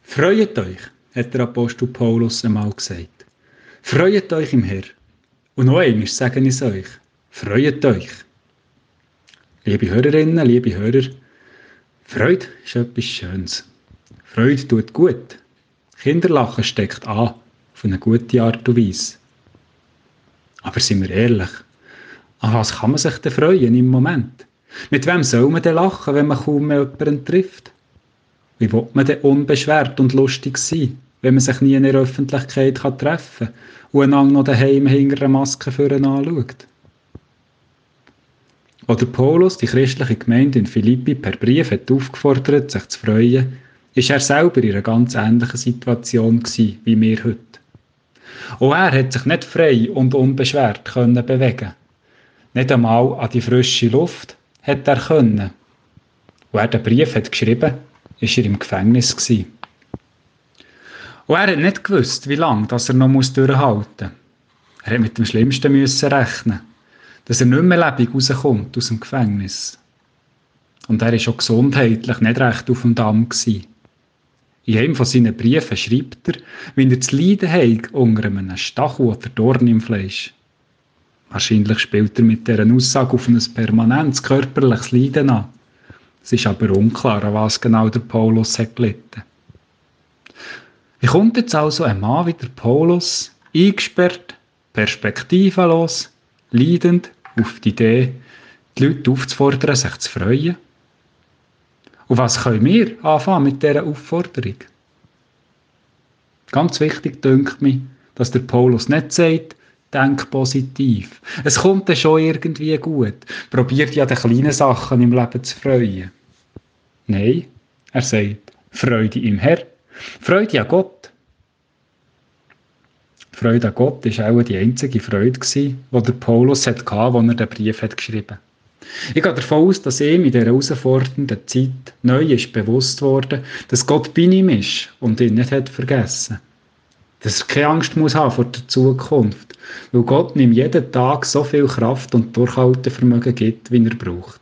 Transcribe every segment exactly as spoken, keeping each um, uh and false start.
Freut euch, hat der Apostel Paulus einmal gesagt. Freut euch im Herrn. Und noch einmal sage ich es euch. Freut euch. Liebe Hörerinnen, liebe Hörer, Freude ist etwas Schönes. Freude tut gut. Kinderlachen steckt an, auf eine gute Art und Weise. Aber sind wir ehrlich, an was kann man sich denn freuen im Moment? Mit wem soll man denn lachen, wenn man kaum mehr jemanden trifft? Wie will man denn unbeschwert und lustig sein, wenn man sich nie in der Öffentlichkeit treffen kann und einander noch daheim hinter einer Maske für ihn anschaut? Oder Paulus die christliche Gemeinde in Philippi per Brief hat aufgefordert, sich zu freuen, ist er selber in einer ganz ähnlichen Situation gewesen, wie wir heute. Auch er hat sich nicht frei und unbeschwert können bewegen. Nicht einmal an die frische Luft hat er können. Als er den Brief hat geschrieben, war er im Gefängnis gewesen. Und er hat nicht gewusst, wie lange dass er noch durchhalten muss. Er hat mit dem Schlimmsten müssen rechnen, dass er nicht mehr lebendig rauskommt aus dem Gefängnis. Und er war schon gesundheitlich nicht recht auf dem Damm gewesen. In einem von seinen Briefen schreibt er, wie er zu leiden hat unter einem Stachel oder Dorn im Fleisch. Wahrscheinlich spielt er mit dieser Aussage auf ein permanentes körperliches Leiden an. Es ist aber unklar, an was genau der Paulus hat gelitten. Wie kommt jetzt also ein Mann wie der Paulus, eingesperrt, perspektivenlos, leidend, auf die Idee, die Leute aufzufordern, sich zu freuen? Und was können wir anfangen mit dieser Aufforderung? Ganz wichtig dünkt mich, dass der Paulus nicht sagt, denk positiv. Es kommt dann schon irgendwie gut. Probiert ja die kleinen Sachen im Leben zu freuen. Nein, er sagt, Freude im Herrn. Freude an Gott. Freude an Gott war auch die einzige Freude, die der Paulus hatte, als er den Brief geschrieben hat. Ich gehe davon aus, dass ihm in dieser herausfordernden Zeit neu ist bewusst wurde, dass Gott bei ihm ist und ihn nicht hat vergessen. Dass er keine Angst muss haben vor der Zukunft, weil Gott ihm jeden Tag so viel Kraft und Durchhaltevermögen gibt, wie er braucht.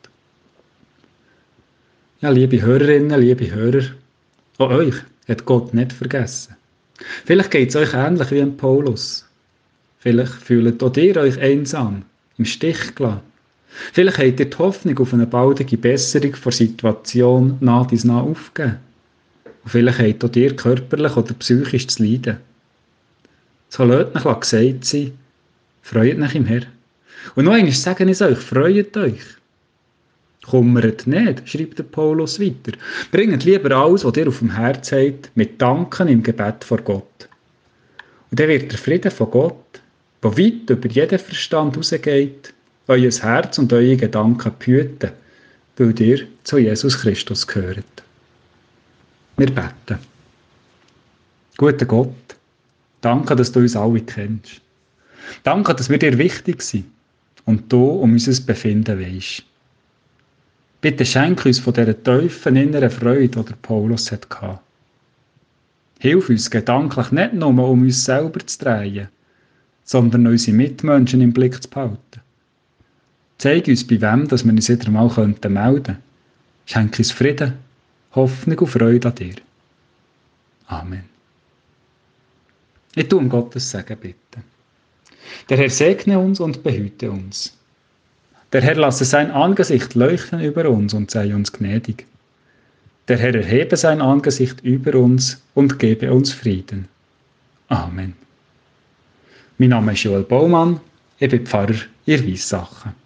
Ja, liebe Hörerinnen, liebe Hörer, auch euch hat Gott nicht vergessen. Vielleicht geht es euch ähnlich wie ein Paulus. Vielleicht fühlt auch ihr euch einsam, im Stich gelassen. Vielleicht habt ihr die Hoffnung auf eine baldige Besserung der Situation nach dies nach aufgegeben. Und vielleicht habt auch ihr körperlich oder psychisch zu leiden. So lasst euch gesagt sein, freut euch im Herrn. Und noch einmal sage ich es euch, freut euch. Kummert nicht, schreibt der Paulus weiter. Bringt lieber alles, was ihr auf dem Herz habt, mit Danken im Gebet vor Gott. Und dann wird der Frieden von Gott, der weit über jeden Verstand rausgeht, euer Herz und eure Gedanken behüten, weil ihr zu Jesus Christus gehört. Wir beten. Guter Gott, danke, dass du uns alle kennst. Danke, dass wir dir wichtig sind und du um unser Befinden weisst. Bitte schenke uns von dieser tiefen inneren Freude, die der Paulus hatte. Hilf uns gedanklich nicht nur um uns selber zu drehen, sondern unsere Mitmenschen im Blick zu behalten. Zeig uns, bei wem dass wir uns wieder mal melden könnten. Schenke uns Frieden, Hoffnung und Freude an dir. Amen. Ich tue um Gottes Segen bitten. Der Herr segne uns und behüte uns. Der Herr lasse sein Angesicht leuchten über uns und sei uns gnädig. Der Herr erhebe sein Angesicht über uns und gebe uns Frieden. Amen. Mein Name ist Joel Baumann, ich bin Pfarrer in Weissachen.